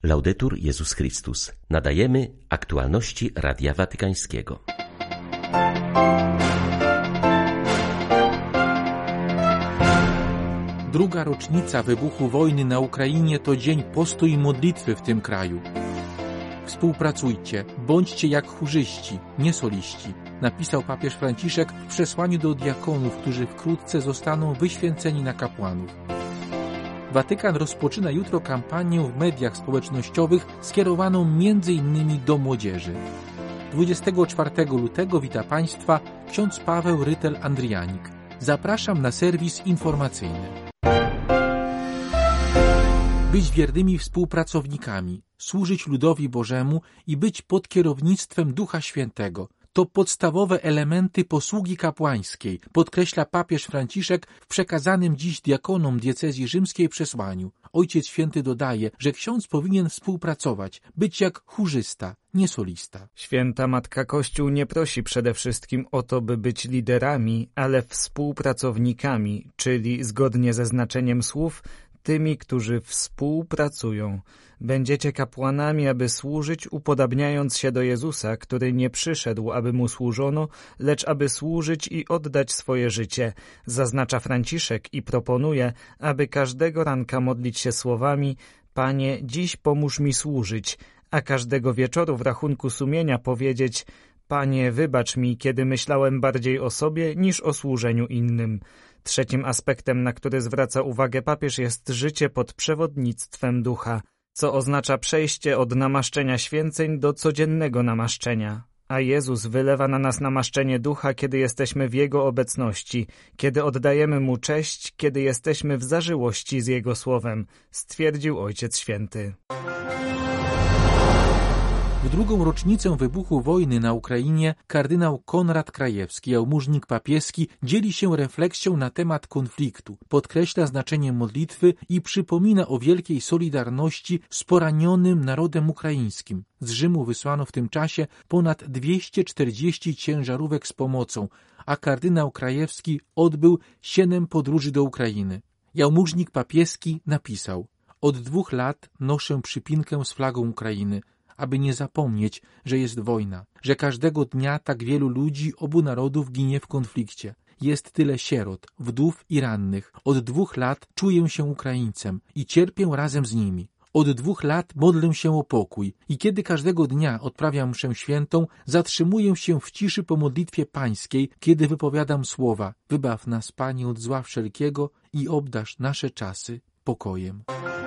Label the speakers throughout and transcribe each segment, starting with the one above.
Speaker 1: Laudetur Jezus Chrystus. Nadajemy aktualności Radia Watykańskiego.
Speaker 2: Druga rocznica wybuchu wojny na Ukrainie to dzień postu i modlitwy w tym kraju. Współpracujcie, bądźcie jak chórzyści, nie soliści, napisał papież Franciszek w przesłaniu do diakonów, którzy wkrótce zostaną wyświęceni na kapłanów. Watykan rozpoczyna jutro kampanię w mediach społecznościowych skierowaną m.in. do młodzieży. 24 lutego wita Państwa ksiądz Paweł Rytel-Andrianik. Zapraszam na serwis informacyjny. Być wiernymi współpracownikami, służyć ludowi Bożemu i być pod kierownictwem Ducha Świętego. To podstawowe elementy posługi kapłańskiej, podkreśla papież Franciszek w przekazanym dziś diakonom diecezji rzymskiej przesłaniu. Ojciec Święty dodaje, że ksiądz powinien współpracować, być jak chórzysta, nie solista.
Speaker 3: Święta Matka Kościół nie prosi przede wszystkim o to, by być liderami, ale współpracownikami, czyli zgodnie ze znaczeniem słów, tymi, którzy współpracują. Będziecie kapłanami, aby służyć, upodabniając się do Jezusa, który nie przyszedł, aby mu służono, lecz aby służyć i oddać swoje życie, zaznacza Franciszek i proponuje, aby każdego ranka modlić się słowami: Panie, dziś pomóż mi służyć, a każdego wieczoru w rachunku sumienia powiedzieć: Panie, wybacz mi, kiedy myślałem bardziej o sobie niż o służeniu innym. Trzecim aspektem, na który zwraca uwagę papież, jest życie pod przewodnictwem Ducha, co oznacza przejście od namaszczenia święceń do codziennego namaszczenia. A Jezus wylewa na nas namaszczenie Ducha, kiedy jesteśmy w Jego obecności, kiedy oddajemy Mu cześć, kiedy jesteśmy w zażyłości z Jego Słowem, stwierdził Ojciec Święty.
Speaker 2: W drugą rocznicę wybuchu wojny na Ukrainie kardynał Konrad Krajewski, jałmużnik papieski, dzieli się refleksją na temat konfliktu, podkreśla znaczenie modlitwy i przypomina o wielkiej solidarności z poranionym narodem ukraińskim. Z Rzymu wysłano w tym czasie ponad 240 ciężarówek z pomocą, a kardynał Krajewski odbył 7 podróży do Ukrainy. Jałmużnik papieski napisał: Od 2 lat noszę przypinkę z flagą Ukrainy, aby nie zapomnieć, że jest wojna, że każdego dnia tak wielu ludzi obu narodów ginie w konflikcie. Jest tyle sierot, wdów i rannych. Od 2 lat czuję się Ukraińcem i cierpię razem z nimi. Od 2 lat modlę się o pokój i kiedy każdego dnia odprawiam mszę świętą, zatrzymuję się w ciszy po modlitwie pańskiej, kiedy wypowiadam słowa: Wybaw nas, Panie, od zła wszelkiego i obdarz nasze czasy pokojem.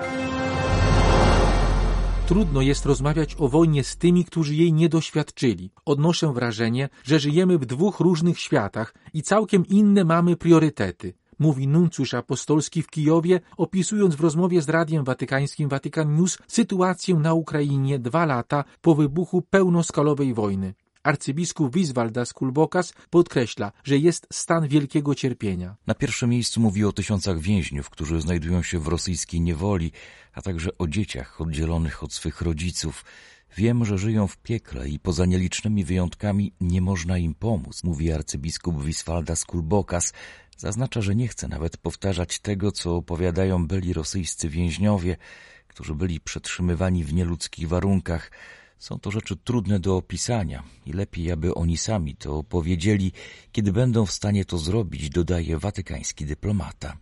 Speaker 2: Trudno jest rozmawiać o wojnie z tymi, którzy jej nie doświadczyli. Odnoszę wrażenie, że żyjemy w 2 różnych światach i całkiem inne mamy priorytety, mówi nuncjusz apostolski w Kijowie, opisując w rozmowie z Radiem Watykańskim Vatican News sytuację na Ukrainie 2 lata po wybuchu pełnoskalowej wojny. Arcybiskup Visvaldas Kulbokas podkreśla, że jest stan wielkiego cierpienia.
Speaker 4: Na pierwszym miejscu mówi o tysiącach więźniów, którzy znajdują się w rosyjskiej niewoli, a także o dzieciach oddzielonych od swych rodziców. Wiem, że żyją w piekle i poza nielicznymi wyjątkami nie można im pomóc, mówi arcybiskup Visvaldas Kulbokas. Zaznacza, że nie chce nawet powtarzać tego, co opowiadają byli rosyjscy więźniowie, którzy byli przetrzymywani w nieludzkich warunkach. Są to rzeczy trudne do opisania i lepiej, aby oni sami to powiedzieli, kiedy będą w stanie to zrobić, dodaje watykański dyplomata.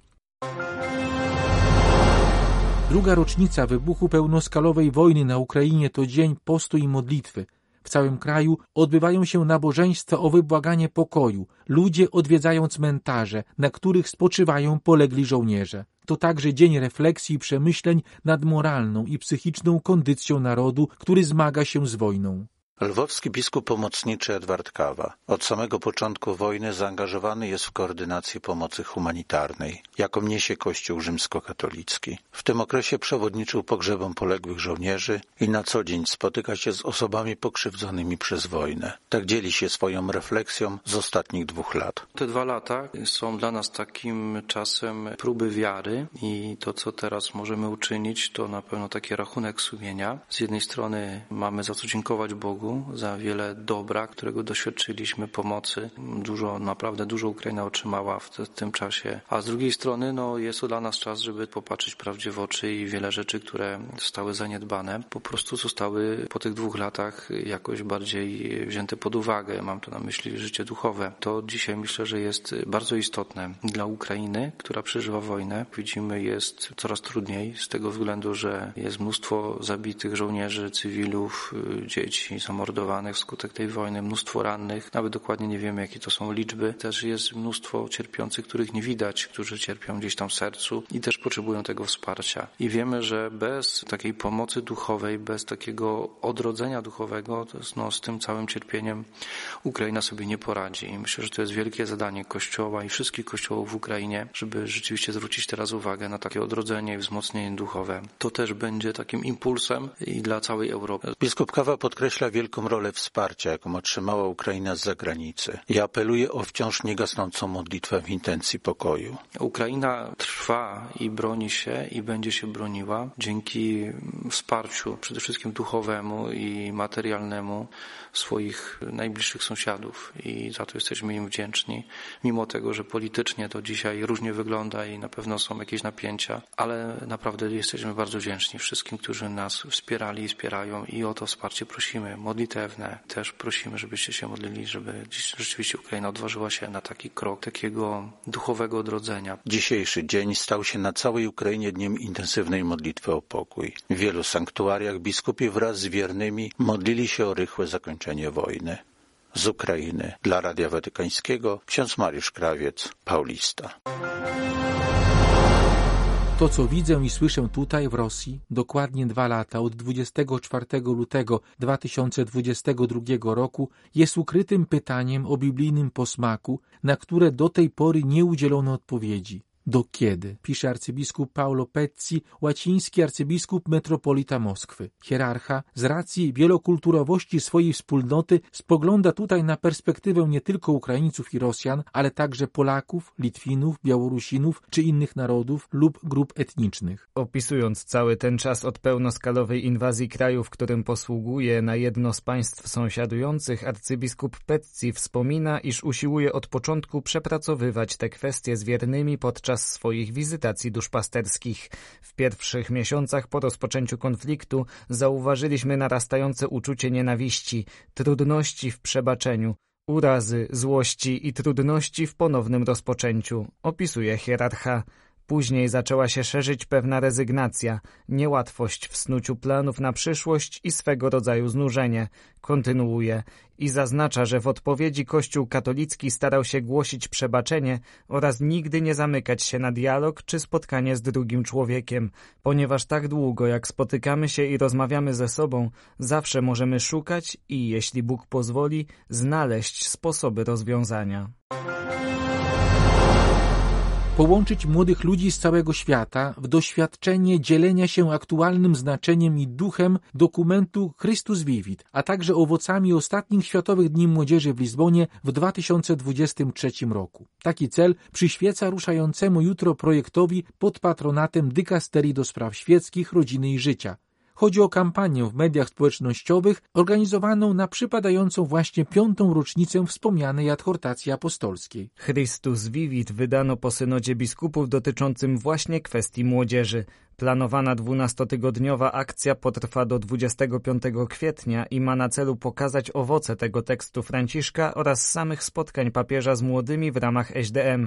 Speaker 2: Druga rocznica wybuchu pełnoskalowej wojny na Ukrainie to dzień postu i modlitwy. W całym kraju odbywają się nabożeństwa o wybłaganie pokoju. Ludzie odwiedzają cmentarze, na których spoczywają polegli żołnierze. To także dzień refleksji i przemyśleń nad moralną i psychiczną kondycją narodu, który zmaga się z wojną.
Speaker 5: Lwowski biskup pomocniczy Edward Kawa od samego początku wojny zaangażowany jest w koordynację pomocy humanitarnej, jaką niesie Kościół rzymskokatolicki. W tym okresie przewodniczył pogrzebom poległych żołnierzy i na co dzień spotyka się z osobami pokrzywdzonymi przez wojnę. Tak dzieli się swoją refleksją z ostatnich 2 lat.
Speaker 6: Te 2 lata są dla nas takim czasem próby wiary i to, co teraz możemy uczynić, to na pewno taki rachunek sumienia. Z jednej strony mamy za co dziękować Bogu, Bogu za wiele dobra, którego doświadczyliśmy, pomocy. Naprawdę dużo Ukraina otrzymała w tym czasie. A z drugiej strony jest to dla nas czas, żeby popatrzeć prawdzie w oczy i wiele rzeczy, które zostały zaniedbane, po prostu zostały po tych 2 latach jakoś bardziej wzięte pod uwagę. Mam tu na myśli życie duchowe. To dzisiaj myślę, że jest bardzo istotne dla Ukrainy, która przeżywa wojnę. Widzimy, jest coraz trudniej z tego względu, że jest mnóstwo zabitych żołnierzy, cywilów, dzieci zamordowanych wskutek tej wojny, mnóstwo rannych. Nawet dokładnie nie wiemy, jakie to są liczby. Też jest mnóstwo cierpiących, których nie widać, którzy cierpią gdzieś tam w sercu i też potrzebują tego wsparcia. I wiemy, że bez takiej pomocy duchowej, bez takiego odrodzenia duchowego, to z tym całym cierpieniem Ukraina sobie nie poradzi. I myślę, że to jest wielkie zadanie Kościoła i wszystkich kościołów w Ukrainie, żeby rzeczywiście zwrócić teraz uwagę na takie odrodzenie i wzmocnienie duchowe. To też będzie takim impulsem i dla całej Europy.
Speaker 5: Biskup Kawa podkreśla wielką rolę wsparcia, jaką otrzymała Ukraina z zagranicy i apeluje o wciąż niegasnącą modlitwę w intencji pokoju.
Speaker 6: Ukraina trwa i broni się i będzie się broniła dzięki wsparciu przede wszystkim duchowemu i materialnemu swoich najbliższych sąsiadów i za to jesteśmy im wdzięczni, mimo tego, że politycznie to dzisiaj różnie wygląda i na pewno są jakieś napięcia, ale naprawdę jesteśmy bardzo wdzięczni wszystkim, którzy nas wspierali i wspierają i o to wsparcie prosimy, modlitewne. Też prosimy, żebyście się modlili, żeby dziś rzeczywiście Ukraina odważyła się na taki krok takiego duchowego odrodzenia.
Speaker 5: Dzisiejszy dzień stał się na całej Ukrainie dniem intensywnej modlitwy o pokój. W wielu sanktuariach biskupi wraz z wiernymi modlili się o rychłe zakończenie wojny. Z Ukrainy dla Radia Watykańskiego ksiądz Mariusz Krawiec, Paulista.
Speaker 2: To, co widzę i słyszę tutaj w Rosji, dokładnie 2 lata, od 24 lutego 2022 roku, jest ukrytym pytaniem o biblijnym posmaku, na które do tej pory nie udzielono odpowiedzi. Do kiedy? Pisze arcybiskup Paolo Pezzi, łaciński arcybiskup metropolita Moskwy. Hierarcha z racji wielokulturowości swojej wspólnoty spogląda tutaj na perspektywę nie tylko Ukraińców i Rosjan, ale także Polaków, Litwinów, Białorusinów czy innych narodów lub grup etnicznych.
Speaker 3: Opisując cały ten czas od pełnoskalowej inwazji kraju, w którym posługuje na jedno z państw sąsiadujących, arcybiskup Pezzi wspomina, iż usiłuje od początku przepracowywać te kwestie z wiernymi podczas swoich wizytacji duszpasterskich. W pierwszych miesiącach po rozpoczęciu konfliktu zauważyliśmy narastające uczucie nienawiści, trudności w przebaczeniu, urazy, złości i trudności w ponownym rozpoczęciu, opisuje hierarcha. Później zaczęła się szerzyć pewna rezygnacja, niełatwość w snuciu planów na przyszłość i swego rodzaju znużenie. Kontynuuje i zaznacza, że w odpowiedzi Kościół katolicki starał się głosić przebaczenie oraz nigdy nie zamykać się na dialog czy spotkanie z drugim człowiekiem, ponieważ tak długo jak spotykamy się i rozmawiamy ze sobą, zawsze możemy szukać i, jeśli Bóg pozwoli, znaleźć sposoby rozwiązania.
Speaker 2: Połączyć młodych ludzi z całego świata w doświadczenie dzielenia się aktualnym znaczeniem i duchem dokumentu Christus Vivit, a także owocami ostatnich Światowych Dni Młodzieży w Lizbonie w 2023 roku. Taki cel przyświeca ruszającemu jutro projektowi pod patronatem Dykasterii do Spraw Świeckich, Rodziny i Życia. Chodzi o kampanię w mediach społecznościowych organizowaną na przypadającą właśnie 5. rocznicę wspomnianej adhortacji apostolskiej.
Speaker 3: Christus Vivit wydano po synodzie biskupów dotyczącym właśnie kwestii młodzieży. Planowana 12-tygodniowa akcja potrwa do 25 kwietnia i ma na celu pokazać owoce tego tekstu Franciszka oraz samych spotkań papieża z młodymi w ramach SDM.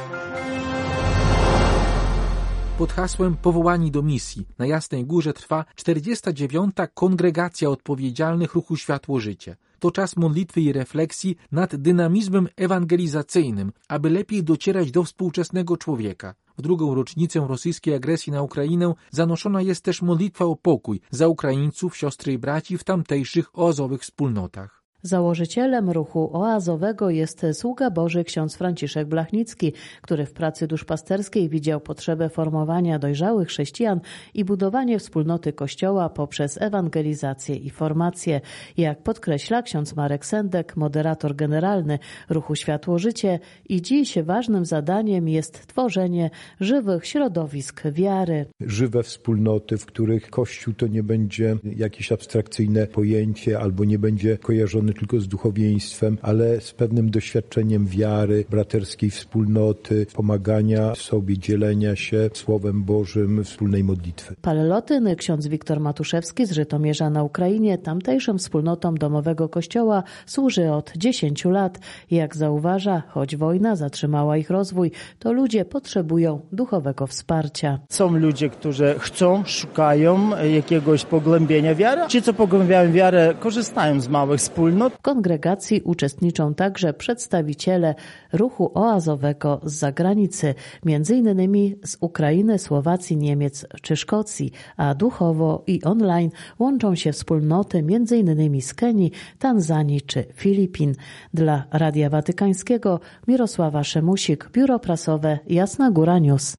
Speaker 2: Pod hasłem Powołani do misji na Jasnej Górze trwa 49. Kongregacja Odpowiedzialnych Ruchu Światło Życie. To czas modlitwy i refleksji nad dynamizmem ewangelizacyjnym, aby lepiej docierać do współczesnego człowieka. W 2. rocznicę rosyjskiej agresji na Ukrainę zanoszona jest też modlitwa o pokój za Ukraińców, siostry i braci w tamtejszych oazowych wspólnotach.
Speaker 7: Założycielem ruchu oazowego jest sługa Boży ksiądz Franciszek Blachnicki, który w pracy duszpasterskiej widział potrzebę formowania dojrzałych chrześcijan i budowanie wspólnoty Kościoła poprzez ewangelizację i formację. Jak podkreśla ksiądz Marek Sendek, moderator generalny ruchu Światło-Życie, i dziś ważnym zadaniem jest tworzenie żywych środowisk wiary.
Speaker 8: Żywe wspólnoty, w których Kościół to nie będzie jakieś abstrakcyjne pojęcie albo nie będzie kojarzony tylko z duchowieństwem, ale z pewnym doświadczeniem wiary, braterskiej wspólnoty, pomagania sobie, dzielenia się Słowem Bożym, wspólnej modlitwy.
Speaker 7: Palelotyn ksiądz Wiktor Matuszewski z Żytomierza na Ukrainie tamtejszym wspólnotom domowego kościoła służy od 10 lat. Jak zauważa, choć wojna zatrzymała ich rozwój, to ludzie potrzebują duchowego wsparcia.
Speaker 9: Są ludzie, którzy chcą, szukają jakiegoś pogłębienia wiary. Ci, co pogłębiają wiarę, korzystają z małych wspólnot.
Speaker 7: W kongregacji uczestniczą także przedstawiciele ruchu oazowego z zagranicy, m.in. z Ukrainy, Słowacji, Niemiec czy Szkocji, a duchowo i online łączą się wspólnoty m.in. z Kenii, Tanzanii czy Filipin. Dla Radia Watykańskiego Mirosława Szemusik, Biuro Prasowe Jasna Góra News.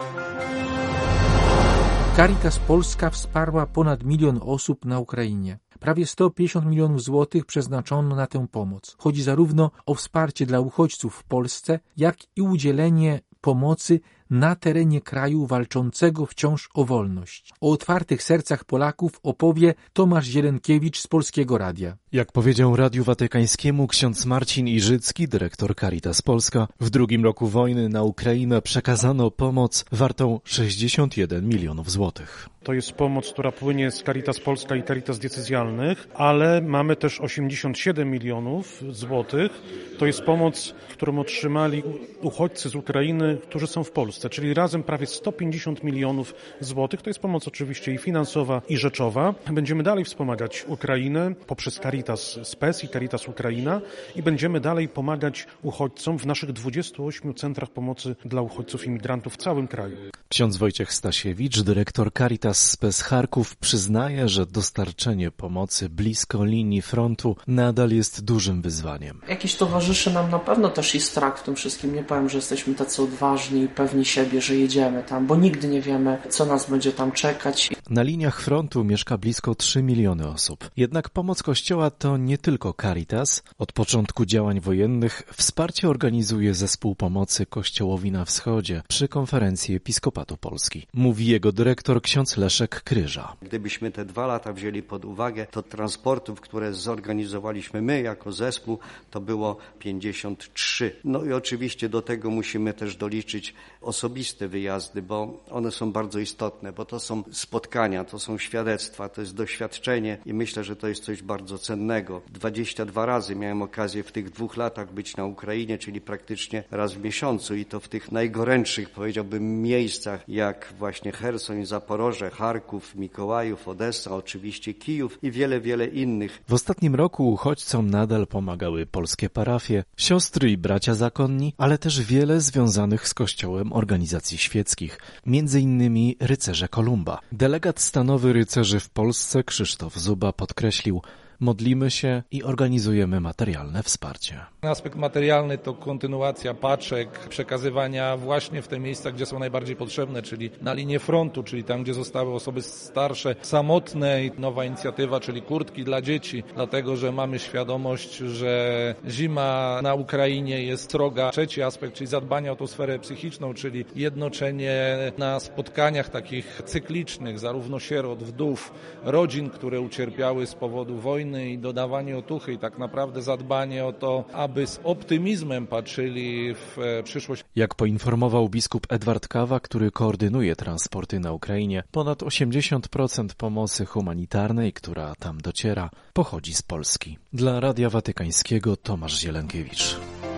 Speaker 2: Caritas Polska wsparła ponad 1 000 000 osób na Ukrainie. Prawie 150 milionów złotych przeznaczono na tę pomoc. Chodzi zarówno o wsparcie dla uchodźców w Polsce, jak i udzielenie pomocy na terenie kraju walczącego wciąż o wolność. O otwartych sercach Polaków opowie Tomasz Zielenkiewicz z Polskiego Radia.
Speaker 10: Jak powiedział Radiu Watykańskiemu ksiądz Marcin Iżycki, dyrektor Caritas Polska, w drugim roku wojny na Ukrainę przekazano pomoc wartą 61 milionów złotych.
Speaker 11: To jest pomoc, która płynie z Caritas Polska i Caritas diecezjalnych, ale mamy też 87 milionów złotych. To jest pomoc, którą otrzymali uchodźcy z Ukrainy, którzy są w Polsce, czyli razem prawie 150 milionów złotych. To jest pomoc oczywiście i finansowa, i rzeczowa. Będziemy dalej wspomagać Ukrainę poprzez Caritas Spes i Caritas Ukraina i będziemy dalej pomagać uchodźcom w naszych 28 centrach pomocy dla uchodźców i migrantów w całym kraju.
Speaker 10: Ksiądz Wojciech Stasiewicz, dyrektor Caritas Spes Charków, przyznaje, że dostarczenie pomocy blisko linii frontu nadal jest dużym wyzwaniem.
Speaker 12: Jakiś towarzyszy nam na pewno też i strach w tym wszystkim. Nie powiem, że jesteśmy tacy odważni i pewni siebie, że jedziemy tam, bo nigdy nie wiemy, co nas będzie tam czekać.
Speaker 10: Na liniach frontu mieszka blisko 3 miliony osób. Jednak pomoc Kościoła to nie tylko Caritas. Od początku działań wojennych wsparcie organizuje Zespół Pomocy Kościołowi na Wschodzie przy Konferencji Episkopatu Polski. Mówi jego dyrektor ksiądz Leszek Kryża.
Speaker 13: Gdybyśmy te 2 lata wzięli pod uwagę, to transportów, które zorganizowaliśmy my jako zespół, to było 53. No i oczywiście do tego musimy też doliczyć osobiste wyjazdy, bo one są bardzo istotne, bo to są spotkania, to są świadectwa, to jest doświadczenie i myślę, że to jest coś bardzo cennego. 22 razy miałem okazję w tych 2 latach być na Ukrainie, czyli praktycznie raz w miesiącu i to w tych najgorętszych, powiedziałbym, miejscach, jak właśnie Cherson, Zaporoże, Charków, Mikołajów, Odessa, oczywiście Kijów i wiele, wiele innych.
Speaker 10: W ostatnim roku uchodźcom nadal pomagały polskie parafie, siostry i bracia zakonni, ale też wiele związanych z Kościołem organizacji świeckich, między innymi Rycerze Kolumba. Delegat stanowy rycerzy w Polsce Krzysztof Zuba podkreślił: modlimy się i organizujemy materialne wsparcie.
Speaker 14: Aspekt materialny to kontynuacja paczek, przekazywania właśnie w te miejsca, gdzie są najbardziej potrzebne, czyli na linię frontu, czyli tam, gdzie zostały osoby starsze, samotne. Nowa inicjatywa, czyli kurtki dla dzieci, dlatego, że mamy świadomość, że zima na Ukrainie jest sroga. Trzeci aspekt, czyli zadbanie o tą sferę psychiczną, czyli jednoczenie na spotkaniach takich cyklicznych, zarówno sierot, wdów, rodzin, które ucierpiały z powodu wojny, i dodawanie otuchy i tak naprawdę zadbanie o to, aby z optymizmem patrzyli w przyszłość.
Speaker 10: Jak poinformował biskup Edward Kawa, który koordynuje transporty na Ukrainie, ponad 80% pomocy humanitarnej, która tam dociera, pochodzi z Polski. Dla Radia Watykańskiego Tomasz Zielenkiewicz.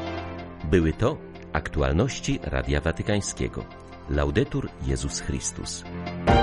Speaker 1: Były to aktualności Radia Watykańskiego. Laudetur Jezus Chrystus.